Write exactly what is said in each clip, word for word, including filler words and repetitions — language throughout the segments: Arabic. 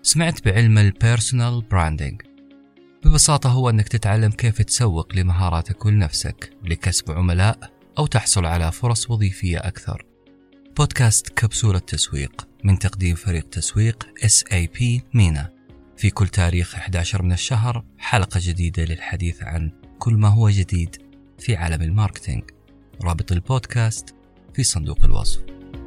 سمعت بعلم البيرسونال براندينج. ببساطة هو أنك تتعلم كيف تسوق لمهاراتك ولنفسك لكسب عملاء أو تحصل على فرص وظيفية أكثر. بودكاست كبسولة تسويق من تقديم فريق تسويق إس إيه بي مينا. في كل تاريخ أحد عشر من الشهر حلقة جديدة للحديث عن كل ما هو جديد في عالم الماركتينج. رابط البودكاست في صندوق الوصف.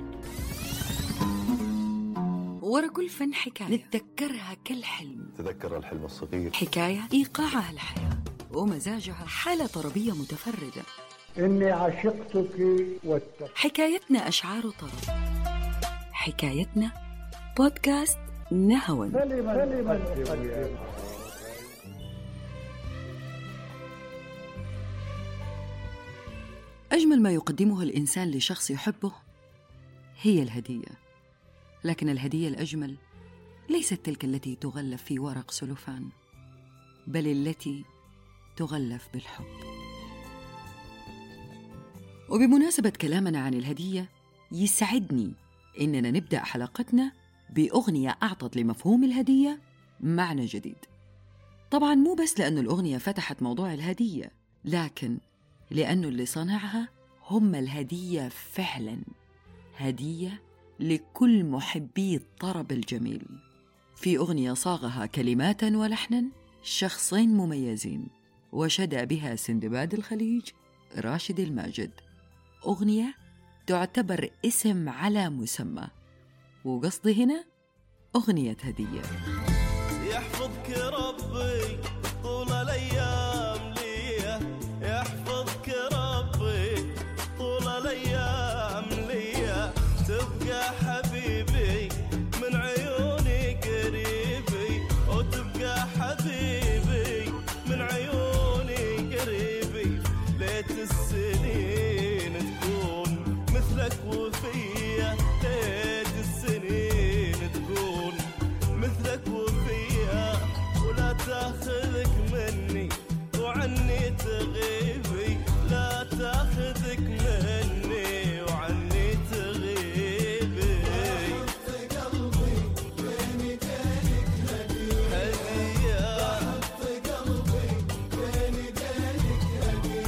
ورا كل فن حكاية نتذكرها كالحلم، تذكر الحلم الصغير، حكاية إيقاعها الحياة ومزاجها حالة طربية متفردة. إني عشقتك والتف... حكايتنا أشعار طرب، حكايتنا بودكاست نهوى. أجمل ما يقدمه الإنسان لشخص يحبه هي الهدية، لكن الهدية الأجمل ليست تلك التي تغلف في ورق سلوفان، بل التي تغلف بالحب. وبمناسبة كلامنا عن الهدية، يسعدني إننا نبدأ حلقتنا بأغنية أعطت لمفهوم الهدية معنى جديد. طبعاً مو بس لأن الأغنية فتحت موضوع الهدية، لكن لأنه اللي صنعها هم الهدية فعلاً، هدية لكل محبي الطرب الجميل. في أغنية صاغها كلماتا ولحنا شخصين مميزين وشدى بها سندباد الخليج راشد الماجد. أغنية تعتبر اسم على مسمى، وقصدي هنا أغنية هدية. يحفظك ربي طول الأيام ليه، يحفظك ربي طول الأيام ليه، تبقى حبيبي من عيوني قريبي، وتبقى حبيبي من عيوني قريبي، ليت السنين تكون مثلك وفيا، ليت السنين تكون مثلك وفيا، ولا تاخذك مني وعني تغيبي، لا تاخذك مني وعني تغيبي. حط قلبي بين يديك هدية، حط قلبي بين يديك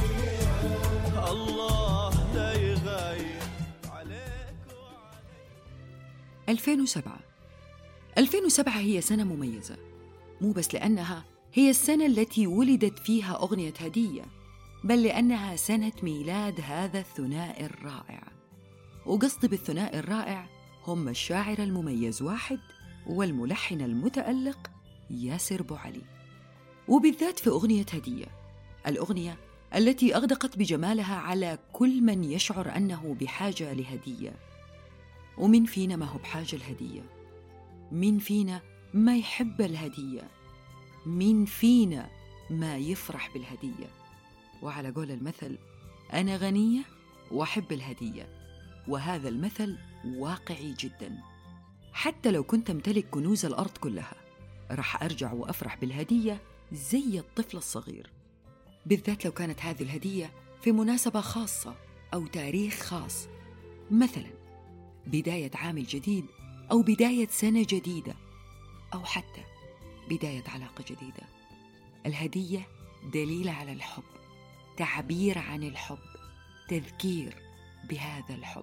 هدية، الله لا يغير عليك وعليك. ألفين وسبعة ألفين وسبعة هي سنة مميزة، مو بس لأنها هي السنة التي ولدت فيها أغنية هدية، بل لأنها سنة ميلاد هذا الثنائي الرائع. وقصدي بالثنائي الرائع هم الشاعر المميز واحد والملحن المتألق ياسر بوعلي، وبالذات في أغنية هدية، الأغنية التي أغدقت بجمالها على كل من يشعر أنه بحاجة لهدية. ومن فينا ما هو بحاجة الهدية؟ مين فينا ما يحب الهدية؟ مين فينا ما يفرح بالهدية؟ وعلى قول المثل، أنا غنية وأحب الهدية، وهذا المثل واقعي جدا. حتى لو كنت أمتلك كنوز الأرض كلها، رح أرجع وأفرح بالهدية زي الطفل الصغير، بالذات لو كانت هذه الهدية في مناسبة خاصة أو تاريخ خاص، مثلا بداية عام جديد أو بداية سنة جديدة أو حتى بداية علاقة جديدة. الهدية دليل على الحب، تعبير عن الحب، تذكير بهذا الحب.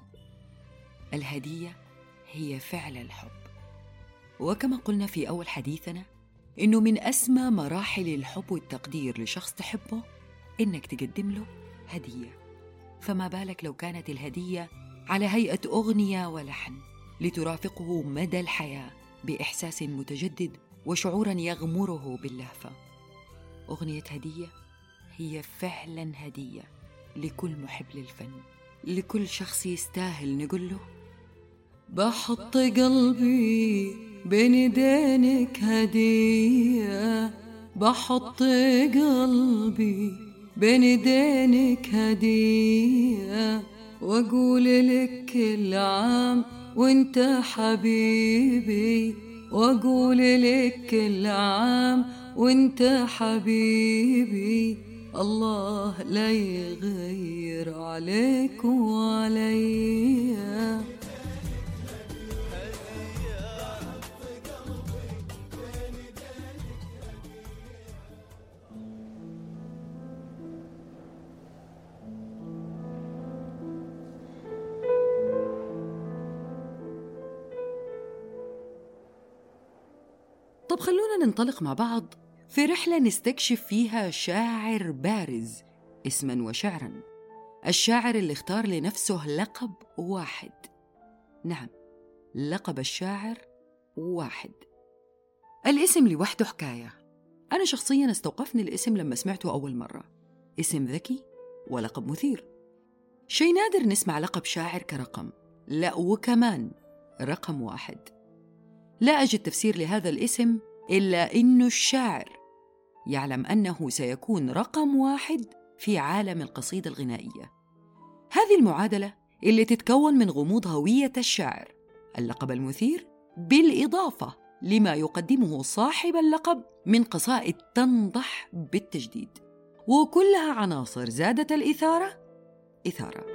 الهدية هي فعل الحب. وكما قلنا في أول حديثنا، إنه من أسمى مراحل الحب والتقدير لشخص تحبه إنك تقدم له هدية. فما بالك لو كانت الهدية على هيئة أغنية ولحن لترافقه مدى الحياة بإحساس متجدد وشعوراً يغمره باللهفة. أغنية هدية هي فعلاً هدية لكل محب للفن، لكل شخص يستاهل نقول له بحط قلبي بين يدينك هدية، بحط قلبي بين يدينك هدية، وأقول لك كل عام وانت حبيبي، وأقول لك كل عام وانت حبيبي، الله لا يغير عليك وعليا. طب خلونا ننطلق مع بعض في رحلة نستكشف فيها شاعر بارز اسماً وشعراً، الشاعر اللي اختار لنفسه لقب واحد. نعم، لقب الشاعر واحد. الاسم لوحده حكاية. أنا شخصياً استوقفني الاسم لما سمعته أول مرة. اسم ذكي ولقب مثير. شيء نادر نسمع لقب شاعر كرقم، لا وكمان رقم واحد. لا أجد تفسير لهذا الاسم إلا إنه الشاعر يعلم أنه سيكون رقم واحد في عالم القصيدة الغنائية. هذه المعادلة اللي تتكون من غموض هوية الشاعر، اللقب المثير، بالإضافة لما يقدمه صاحب اللقب من قصائد تنضح بالتجديد، وكلها عناصر زادت الإثارة إثارة.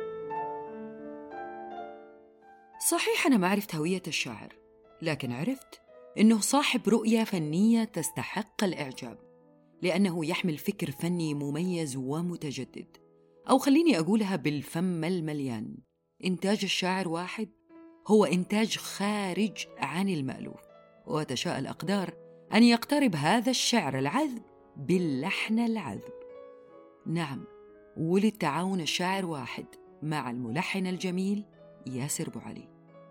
صحيح أنا ما عرفت هوية الشاعر، لكن عرفت إنه صاحب رؤية فنية تستحق الإعجاب، لأنه يحمل فكر فني مميز ومتجدد، أو خليني أقولها بالفم المليان. إنتاج الشاعر واحد هو إنتاج خارج عن المألوف، وتشاء الأقدار أن يقترب هذا الشعر العذب باللحن العذب. نعم، ولد تعاون الشاعر واحد مع الملحن الجميل ياسر بوعلي.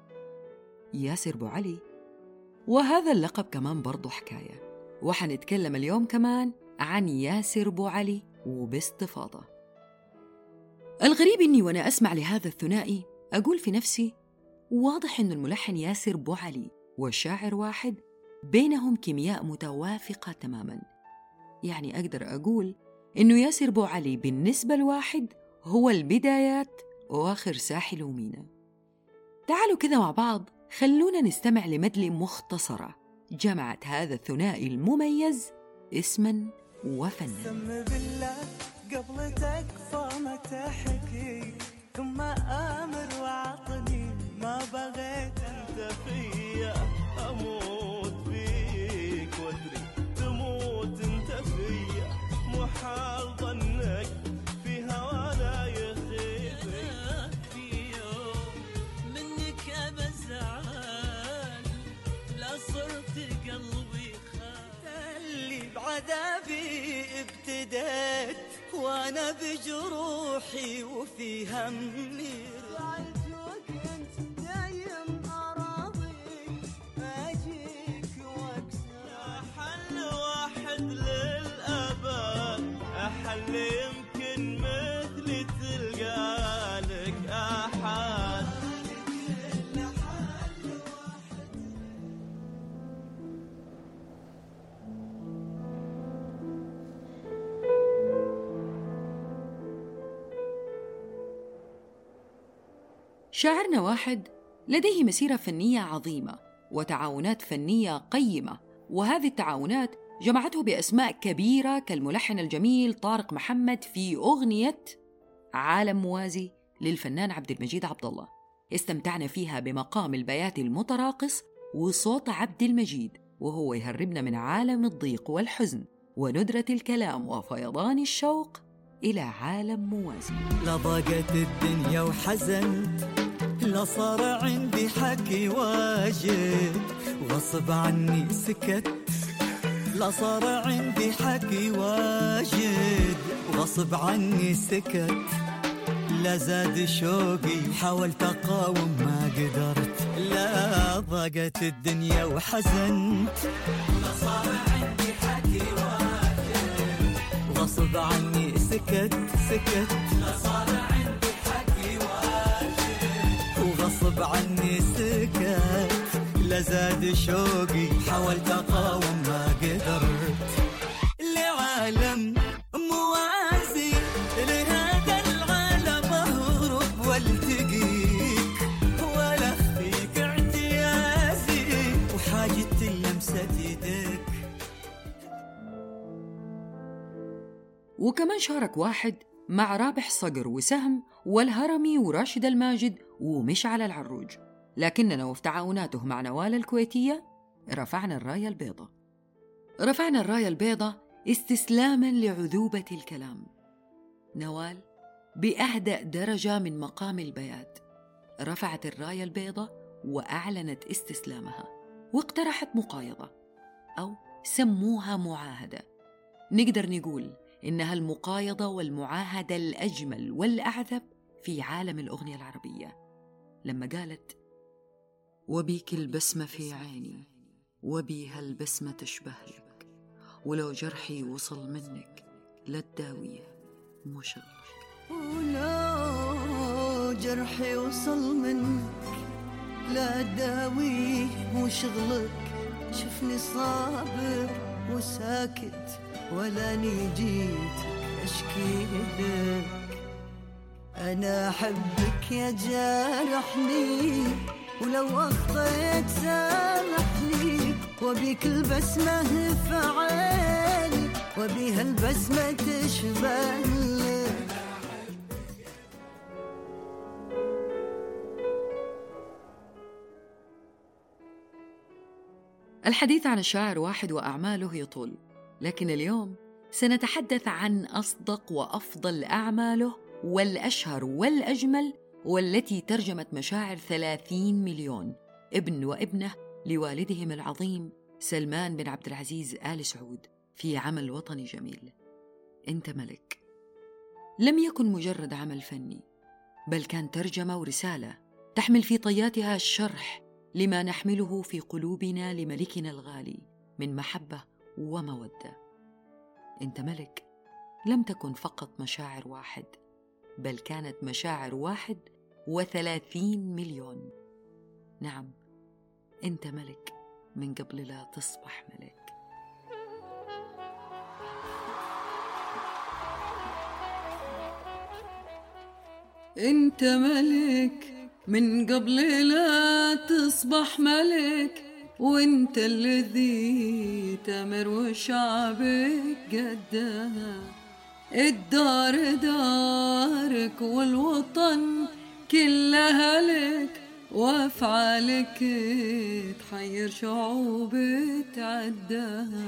ياسر بوعلي، وهذا اللقب كمان برضو حكاية، وحنتكلم اليوم كمان عن ياسر بوعلي وباستفاضة. الغريب إني وأنا أسمع لهذا الثنائي أقول في نفسي واضح إن الملحن ياسر بوعلي والشاعر واحد بينهم كيمياء متوافقة تماماً. يعني أقدر أقول إنه ياسر بوعلي بالنسبة لواحد هو البدايات وآخر ساحل ومينا. تعالوا كذا مع بعض، خلونا نستمع لمدلة مختصرة جمعت هذا الثنائي المميز اسماً وفناً. سم بالله قبل تكفى ما تحكي، ثم آمر وعطني ما بغيت أنت فيا، أموت فيك وأدري تموت أنت فيا، محال ظنك في هوانا يخيب. في يوم منك بزعل، لا صرت قلبي خاف، اللي بعذابي ابتديت وانا بجروحي وفي همي رجعت، وكنت دايم اراضي اجيك واكسر. حل واحد للابد، حل يمكن مثلي تلقى لك احد. شاعرنا واحد لديه مسيرة فنية عظيمة وتعاونات فنية قيمة، وهذه التعاونات جمعته بأسماء كبيرة كالملحن الجميل طارق محمد في أغنية عالم موازي للفنان عبد المجيد عبد الله. استمتعنا فيها بمقام البيات المتراقص وصوت عبد المجيد وهو يهربنا من عالم الضيق والحزن وندرة الكلام وفيضان الشوق إلى عالم موازي. لضاقت الدنيا وحزنت، لا صار عندي حكي واجد، غصب عني سكت. لا صار عندي حكي واجد، غصب عني سكت. لا زاد شوقي، حاولت أقاوم ما قدرت. لا ضاقت الدنيا وحزنت، لا صار عندي حكي واجد، غصب عني سكت سكت. لا صار عندي حكي واجد، وغصب عني سكت. لا زاد شوقي، حاولت أقاوم ما قدرت. لعالم موازي لهذا العالم أهرب والتقيك، ولا أخفيك اعتيازي وحاجة لمسة يدك. وكمان شارك واحد مع رابح صقر وسهم والهرمي وراشد الماجد ومشعل العروج، لكننا وفي تعاوناته مع نوال الكويتية رفعنا الراية البيضة. رفعنا الراية البيضة استسلاماً لعذوبة الكلام. نوال بأهدأ درجة من مقام البيات رفعت الراية البيضة وأعلنت استسلامها، واقترحت مقايضة. أو سموها معاهدة. نقدر نقول إنها المقايضة والمعاهدة الأجمل والأعذب في عالم الأغنية العربية، لما قالت: وبيك البسمة في عيني وبيها البسمة تشبه لك، ولو جرحي وصل منك لا تداويه مش غلك. ولو جرحي وصل منك لا تداويه مش غلك. شفني صابر وساكت ولا نجيتك أشكي لك. أنا أحبك يا جارحني ولو أخطيت سامحني، وبيك البسمة في عيني وبيها البسمة تشبه لك. الحديث عن الشاعر واحد وأعماله يطول، لكن اليوم سنتحدث عن أصدق وأفضل أعماله والأشهر والأجمل، والتي ترجمت مشاعر ثلاثين مليون ابن وابنة لوالدهم العظيم سلمان بن عبد العزيز آل سعود في عمل وطني جميل. أنت ملك لم يكن مجرد عمل فني، بل كان ترجمة ورسالة تحمل في طياتها الشرح لما نحمله في قلوبنا لملكنا الغالي من محبة ومودة. أنت ملك لم تكن فقط مشاعر واحد، بل كانت مشاعر واحد وثلاثين مليون. نعم، أنت ملك من قبل لا تصبح ملك. أنت ملك من قبل لا تصبح ملك، وانت الذي تمر وشعبك قدها. الدار دارك والوطن كلها لك، وافعالك تحير شعوب تعدها.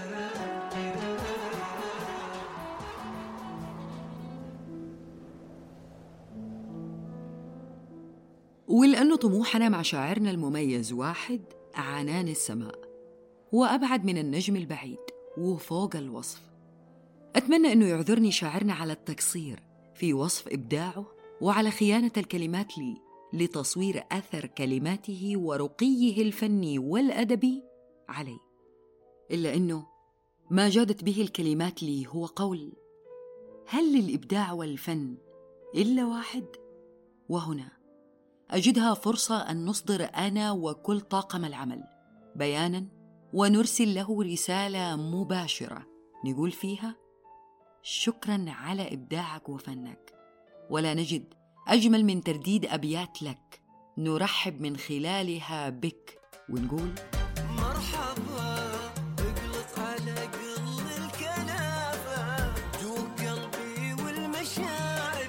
ولأنه طموحنا مع شاعرنا المميز واحد عنان السماء وأبعد من النجم البعيد وفوق الوصف، أتمنى أنه يعذرني شاعرنا على التقصير في وصف إبداعه وعلى خيانة الكلمات لي لتصوير أثر كلماته ورقيه الفني والأدبي علي، إلا أنه ما جادت به الكلمات لي هو قول: هل للإبداع والفن إلا واحد؟ وهنا أجدها فرصة أن نصدر أنا وكل طاقم العمل بياناً ونرسل له رسالة مباشرة نقول فيها: شكراً على إبداعك وفنك، ولا نجد أجمل من ترديد أبيات لك نرحب من خلالها بك ونقول: مرحبا اقلط على قل الكنافة، جو قلبي والمشاعر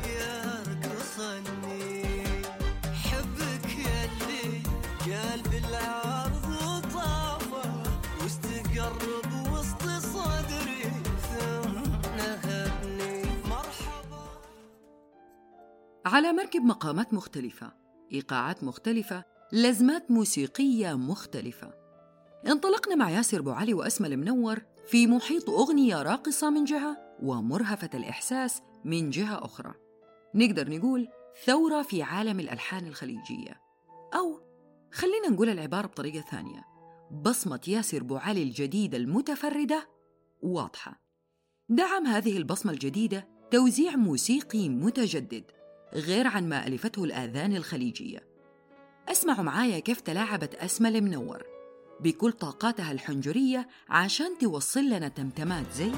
يرقصني. حبك ياللي قلب العرض طافة، واستقرب وسط صدري ثم نهبني. مرحبا. على مركب مقامات مختلفة، إيقاعات مختلفة، لازمات موسيقية مختلفة، انطلقنا مع ياسر بوعلي وأسمى المنور في محيط أغنية راقصة من جهة ومرهفة الإحساس من جهة أخرى. نقدر نقول ثورة في عالم الألحان الخليجية، أو خلينا نقول العبارة بطريقة ثانية: بصمة ياسر بوعلي الجديدة المتفردة واضحة. دعم هذه البصمة الجديدة توزيع موسيقي متجدد غير عن ما ألفته الآذان الخليجية. أسمعوا معايا كيف تلاعبت أسمى المنور بكل طاقاتها الحنجرية عشان توصل لنا تمتمات زي: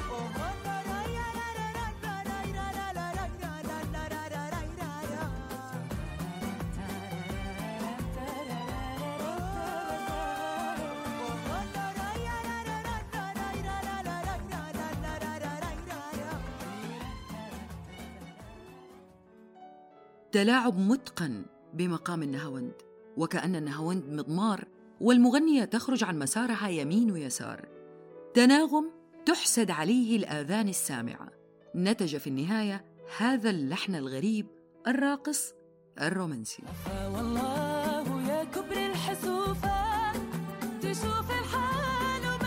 تلاعب متقن بمقام النهاوند، وكأن النهاوند مضمار والمغنية تخرج عن مسارها يمين ويسار. تناغم تحسد عليه الآذان السامعة، نتج في النهاية هذا اللحن الغريب الراقص الرومانسي. والله يا كبر الحسوفة تشوف الحال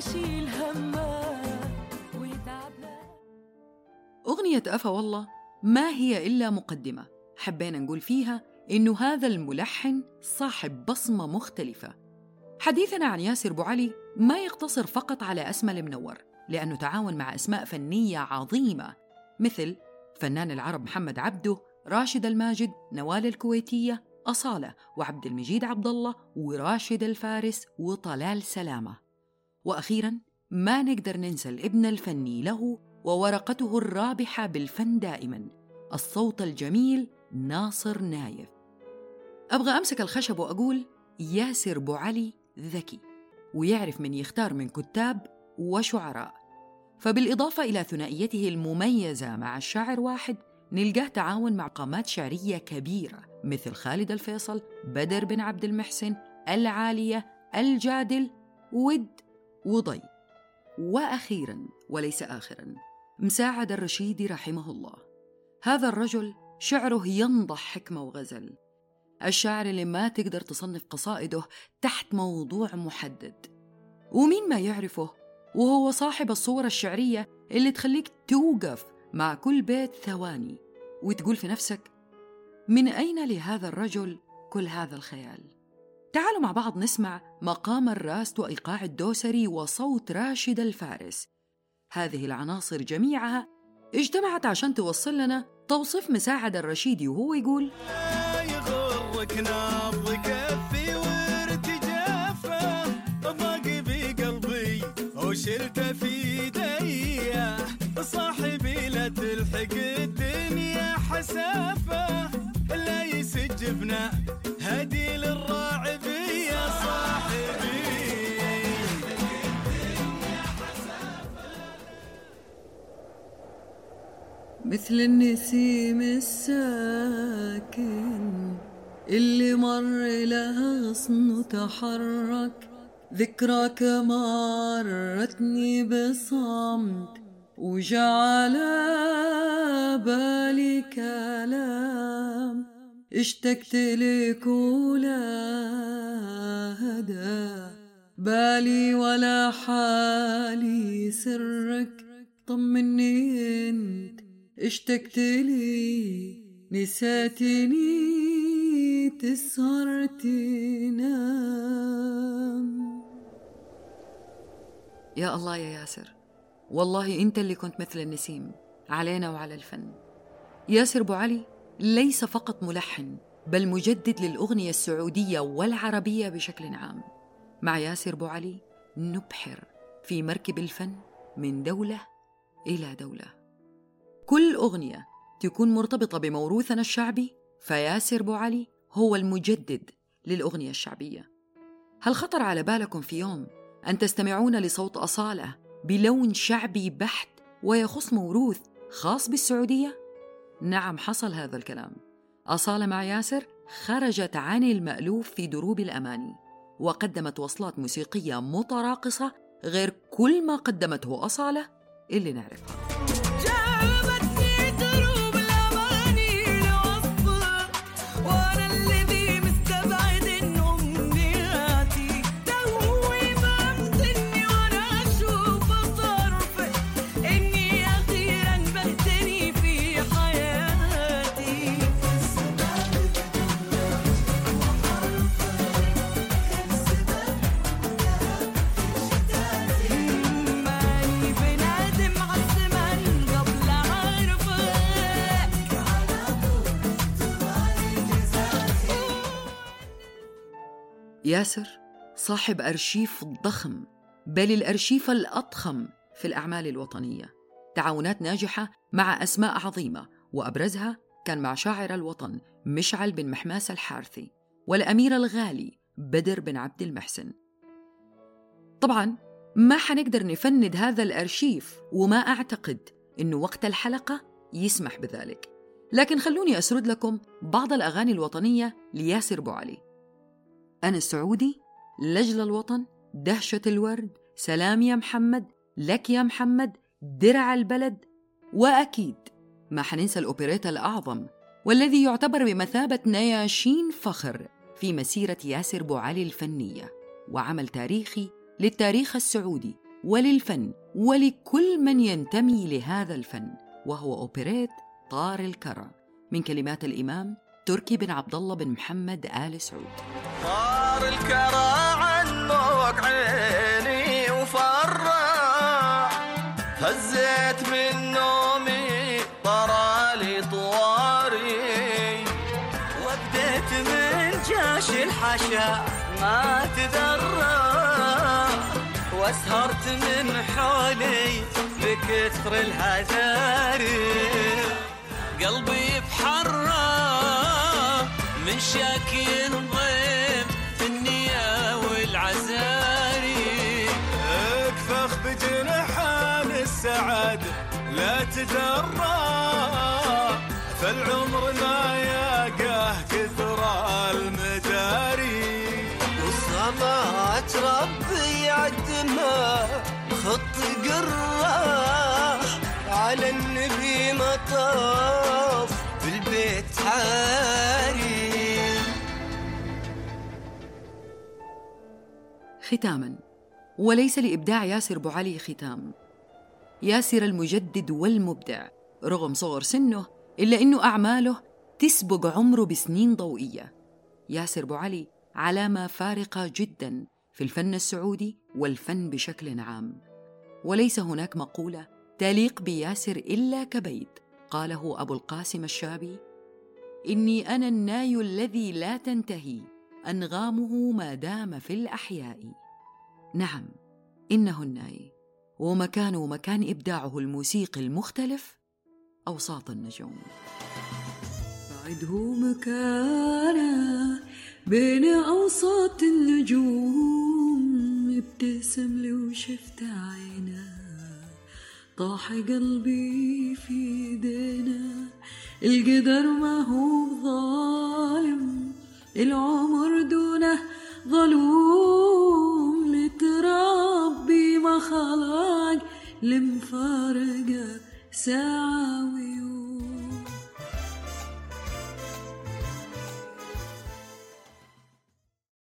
يشيل همه ويتعب له. أغنية أفا والله ما هي إلا مقدمة حبينا نقول فيها إنه هذا الملحن صاحب بصمة مختلفة. حديثنا عن ياسر بوعلي ما يقتصر فقط على أسماء المنور، لأنه تعاون مع أسماء فنية عظيمة مثل فنان العرب محمد عبده، راشد الماجد، نوال الكويتية، أصالة، وعبد المجيد عبد الله، وراشد الفارس، وطلال سلامة. وأخيراً ما نقدر ننسى الابن الفني له وورقته الرابحة بالفن دائماً، الصوت الجميل ناصر نايف. أبغى أمسك الخشب وأقول ياسر بوعلي ذكي ويعرف من يختار من كتاب وشعراء. فبالإضافة إلى ثنائيته المميزة مع الشاعر واحد، نلقاه تعاون مع قامات شعرية كبيرة مثل خالد الفيصل، بدر بن عبد المحسن، العالية، الجادل، ود، وضي. وأخيراً وليس آخراً مساعد الرشيدي رحمه الله. هذا الرجل شعره ينضح حكمة وغزل، الشاعر اللي ما تقدر تصنف قصائده تحت موضوع محدد. ومين ما يعرفه وهو صاحب الصورة الشعرية اللي تخليك توقف مع كل بيت ثواني وتقول في نفسك من أين لهذا الرجل كل هذا الخيال؟ تعالوا مع بعض نسمع مقام الراست وإيقاع الدوسري وصوت راشد الفارس. هذه العناصر جميعها اجتمعت عشان توصل لنا توصيف مساعد الرشيدي وهو يقول: لا يغرك نبض كفي وارتجافه، ضاق بقلبي وشلت في يديه، صاحبي لا تلحق الدنيا حسافه، لا يسجبنا هدي للراعبي يا صاحبي. مثل النسيم الساكن اللي مر له غصن وتحرك، ذكراك مرتني بصمت وجعل بالي كلام، اشتقت لك ولا هدى بالي ولا حالي سرك، طمني انت اشتقت لي نسيتني تسهر تنام. يا الله يا ياسر، والله أنت اللي كنت مثل النسيم علينا وعلى الفن. ياسر بوعلي ليس فقط ملحن بل مجدد للأغنية السعودية والعربية بشكل عام. مع ياسر بوعلي نبحر في مركب الفن من دولة إلى دولة. كل أغنية تكون مرتبطة بموروثنا الشعبي فياسر بوعلي هو المجدد للأغنية الشعبية. هل خطر على بالكم في يوم أن تستمعون لصوت أصالة بلون شعبي بحت ويخص موروث خاص بالسعودية؟ نعم، حصل هذا الكلام. أصالة مع ياسر خرجت عن المألوف في دروب الأماني وقدمت وصلات موسيقية متراقصة غير كل ما قدمته أصالة اللي نعرفها. جابتني دروب الأماني لوصفه، وأنا الذي مستبعد أمنياتي، توي فهمتني وأنا أشوف طرفك إني أخيرا بهتني في حياتي. ماني بنادم عالزمن قبل أعرفك. ياسر صاحب أرشيف ضخم، بل الأرشيف الأضخم في الأعمال الوطنية، تعاونات ناجحة مع أسماء عظيمة، وأبرزها كان مع شاعر الوطن مشعل بن محماس الحارثي والأمير الغالي بدر بن عبد المحسن. طبعاً ما حنقدر نفند هذا الأرشيف، وما أعتقد إنه وقت الحلقة يسمح بذلك، لكن خلوني أسرد لكم بعض الأغاني الوطنية لياسر بوعلي. أنا السعودي، لجل الوطن، دهشة الورد، سلام يا محمد، لك يا محمد، درع البلد، وأكيد ما حننسى الأوبريتا الأعظم والذي يعتبر بمثابة نياشين فخر في مسيرة ياسر بوعلي الفنية، وعمل تاريخي للتاريخ السعودي وللفن ولكل من ينتمي لهذا الفن، وهو أوبريت طار الكرى من كلمات الإمام تركي بن عبد الله بن محمد آل سعود. طار الكرى عن موق عيني وفرع، هزيت من نومي طرالي طواري، وبديت من جاش الحشا ما تدرى، واسهرت من حولي بكثر الهزاري، قلبي بحرة من شاك ينضم في النية والعزاري، اكفخ بجنحان السعد لا تدرى، فالعمر ما ياقاه كثر المداري، وصلاة ربي عدمها خط قراح، على النبي مطاف بالبيت عاري. ختاماً، وليس لإبداع ياسر بوعلي ختام. ياسر المجدد والمبدع رغم صغر سنه، إلا أنه أعماله تسبق عمره بسنين ضوئية. ياسر بوعلي علامة فارقة جداً في الفن السعودي والفن بشكل عام، وليس هناك مقولة تليق بياسر إلا كبيت قاله أبو القاسم الشابي: إني أنا الناي الذي لا تنتهي أنغامه ما دام في الأحياء. نعم، إنه الناي، ومكانه مكان إبداعه الموسيقي المختلف أوساط النجوم. بعده مكانه بين أوساط النجوم، ابتسم لي وشفت عينه، طاح قلبي في ايدينا، القدر ما هو ظالم، العمر دونه ظلوم، لتربي ما خلق لمفارقه ساعة